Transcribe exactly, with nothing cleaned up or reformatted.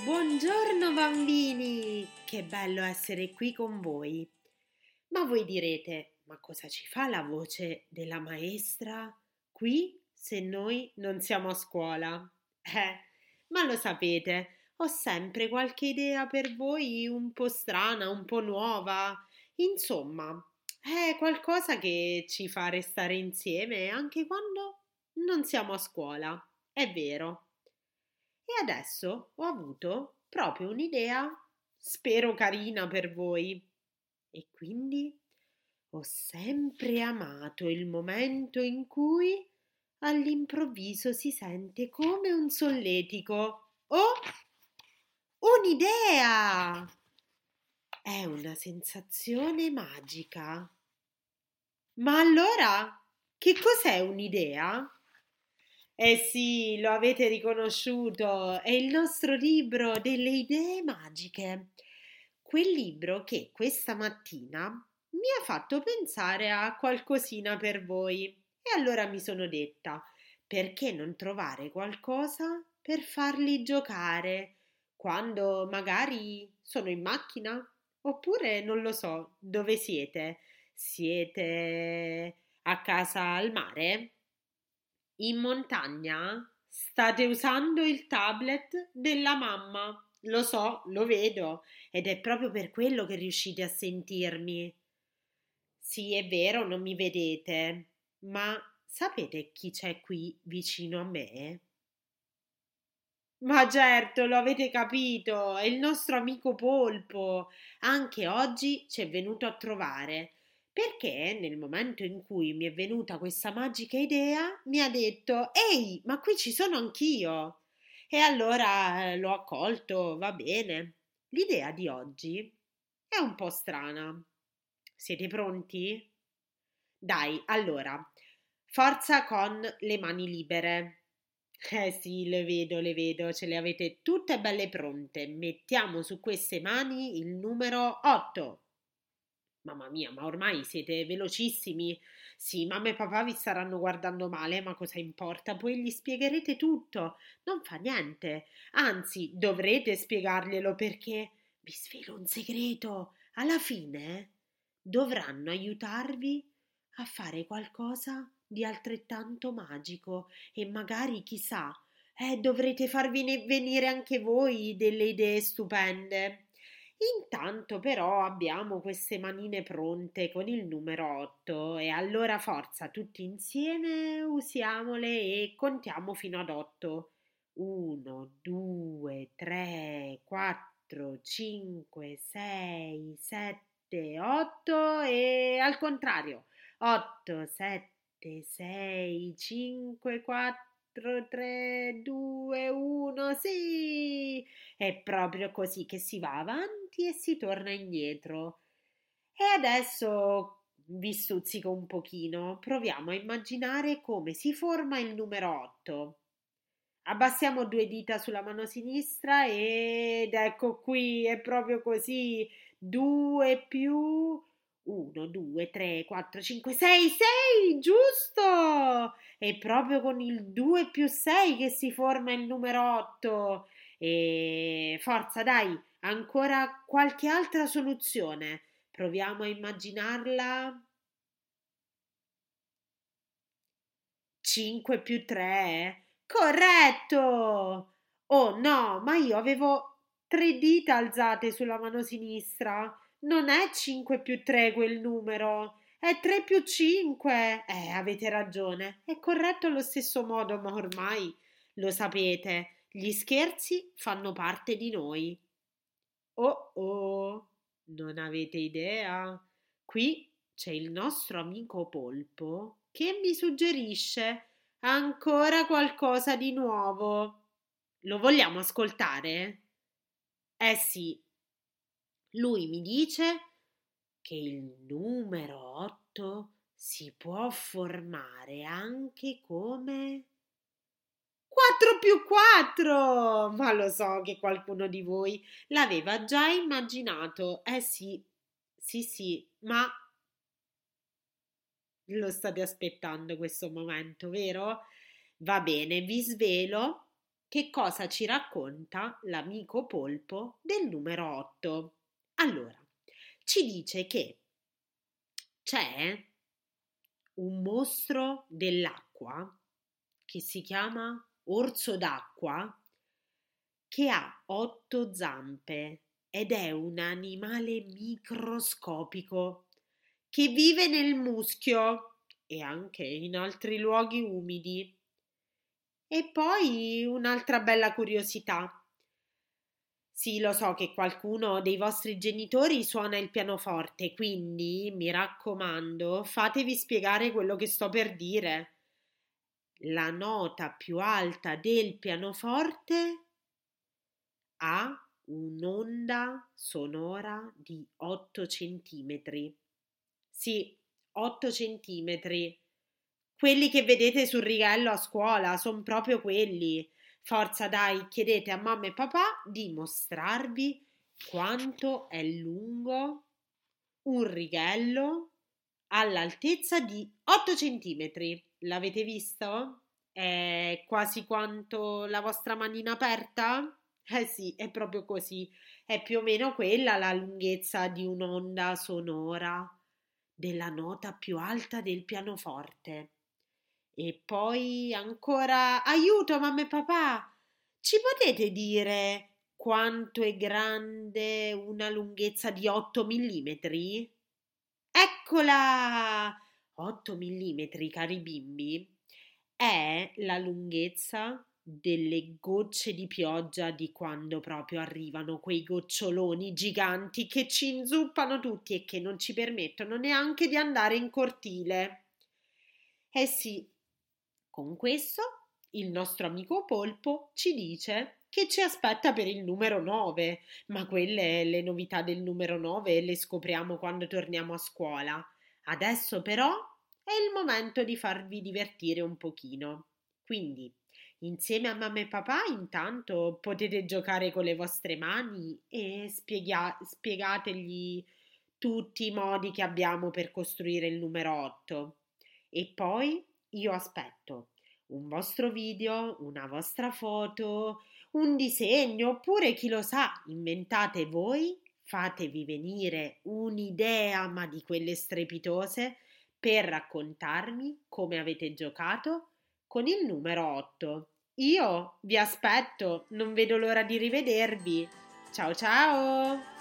Buongiorno bambini, che bello essere qui con voi. Ma voi direte, ma cosa ci fa la voce della maestra qui se noi non siamo a scuola? Eh, ma lo sapete, ho sempre qualche idea per voi un po' strana, un po' nuova. Insomma, è qualcosa che ci fa restare insieme anche quando non siamo a scuola. È vero. E adesso ho avuto proprio un'idea, spero carina per voi. E quindi ho sempre amato il momento in cui all'improvviso si sente come un solletico. Oh, un'idea! È una sensazione magica. Ma allora, che cos'è un'idea? Eh sì, lo avete riconosciuto, è il nostro libro delle idee magiche. Quel libro che questa mattina mi ha fatto pensare a qualcosina per voi. E allora mi sono detta, perché non trovare qualcosa per farli giocare quando magari sono in macchina? Oppure non lo so, dove siete? Siete a casa al mare? In montagna? State usando il tablet della mamma. Lo so, lo vedo, ed è proprio per quello che riuscite a sentirmi. Sì, è vero, non mi vedete, ma sapete chi c'è qui vicino a me? Ma certo, lo avete capito, è il nostro amico Polpo. Anche oggi ci è venuto a trovare, perché nel momento in cui mi è venuta questa magica idea, mi ha detto: Ehi, ma qui ci sono anch'io. E allora eh, l'ho accolto, va bene. L'idea di oggi è un po' strana. Siete pronti? Dai, allora, forza con le mani libere. Eh sì, le vedo, le vedo, ce le avete tutte belle pronte. Mettiamo su queste mani il numero otto. Mamma mia, ma ormai siete velocissimi. Sì, mamma e papà vi staranno guardando male, ma cosa importa? Poi gli spiegherete tutto. Non fa niente. Anzi, dovrete spiegarglielo perché vi svelo un segreto. Alla fine dovranno aiutarvi a fare qualcosa di altrettanto magico e magari, chissà, eh, dovrete farvi ne- venire anche voi delle idee stupende. Intanto però abbiamo queste manine pronte con il numero otto e allora forza, tutti insieme usiamole e contiamo fino ad otto. uno, due, tre, quattro, cinque, sei, sette, otto e al contrario. otto, sette, sei, cinque, quattro, tre, due, uno, sì! È proprio così che si va avanti e si torna indietro. E adesso vi stuzzico un pochino. Proviamo a immaginare come si forma il numero otto. Abbassiamo due dita sulla mano sinistra ed ecco qui, è proprio così. due più uno, due, tre, quattro, cinque, sei, sei, giusto! È proprio con il due più sei che si forma il numero otto. E forza, dai, ancora qualche altra soluzione. Proviamo a immaginarla. cinque più tre? Corretto! Oh no, ma io avevo tre dita alzate sulla mano sinistra. Non è cinque più tre quel numero, è tre più cinque. Eh, avete ragione, è corretto allo stesso modo, ma ormai lo sapete, gli scherzi fanno parte di noi. Oh oh, non avete idea? Qui c'è il nostro amico Polpo che mi suggerisce ancora qualcosa di nuovo. Lo vogliamo ascoltare? Eh sì, lui mi dice che il numero otto si può formare anche come quattro più quattro! Ma lo so che qualcuno di voi l'aveva già immaginato. Eh sì, sì, sì, ma lo state aspettando questo momento, vero? Va bene, vi svelo. che cosa ci racconta l'amico polpo del numero otto. Allora, ci dice che c'è un mostro dell'acqua che si chiama orso d'acqua che ha otto zampe ed è un animale microscopico che vive nel muschio e anche in altri luoghi umidi. E poi un'altra bella curiosità. Sì, lo so che qualcuno dei vostri genitori suona il pianoforte, quindi mi raccomando, fatevi spiegare quello che sto per dire. La nota più alta del pianoforte ha un'onda sonora di otto centimetri. Sì, otto centimetri. Quelli che vedete sul righello a scuola, sono proprio quelli. Forza dai, chiedete a mamma e papà di mostrarvi quanto è lungo un righello all'altezza di otto centimetri. L'avete visto? È quasi quanto la vostra manina aperta? Eh sì, è proprio così. È più o meno quella la lunghezza di un'onda sonora della nota più alta del pianoforte. E poi ancora, aiuto mamma e papà, ci potete dire quanto è grande una lunghezza di otto millimetri? Eccola! otto millimetri, cari bimbi, è la lunghezza delle gocce di pioggia di quando proprio arrivano quei goccioloni giganti che ci inzuppano tutti e che non ci permettono neanche di andare in cortile. Eh sì, con questo il nostro amico polpo ci dice che ci aspetta per il numero nove, ma quelle le novità del numero nove le scopriamo quando torniamo a scuola. Adesso però è il momento di farvi divertire un pochino. Quindi, insieme a mamma e papà, intanto potete giocare con le vostre mani e spiega- spiegategli tutti i modi che abbiamo per costruire il numero otto. E poi io aspetto un vostro video, una vostra foto, un disegno, oppure chi lo sa, inventate voi, fatevi venire un'idea, ma di quelle strepitose, per raccontarmi come avete giocato con il numero otto. Io vi aspetto, non vedo l'ora di rivedervi. Ciao ciao!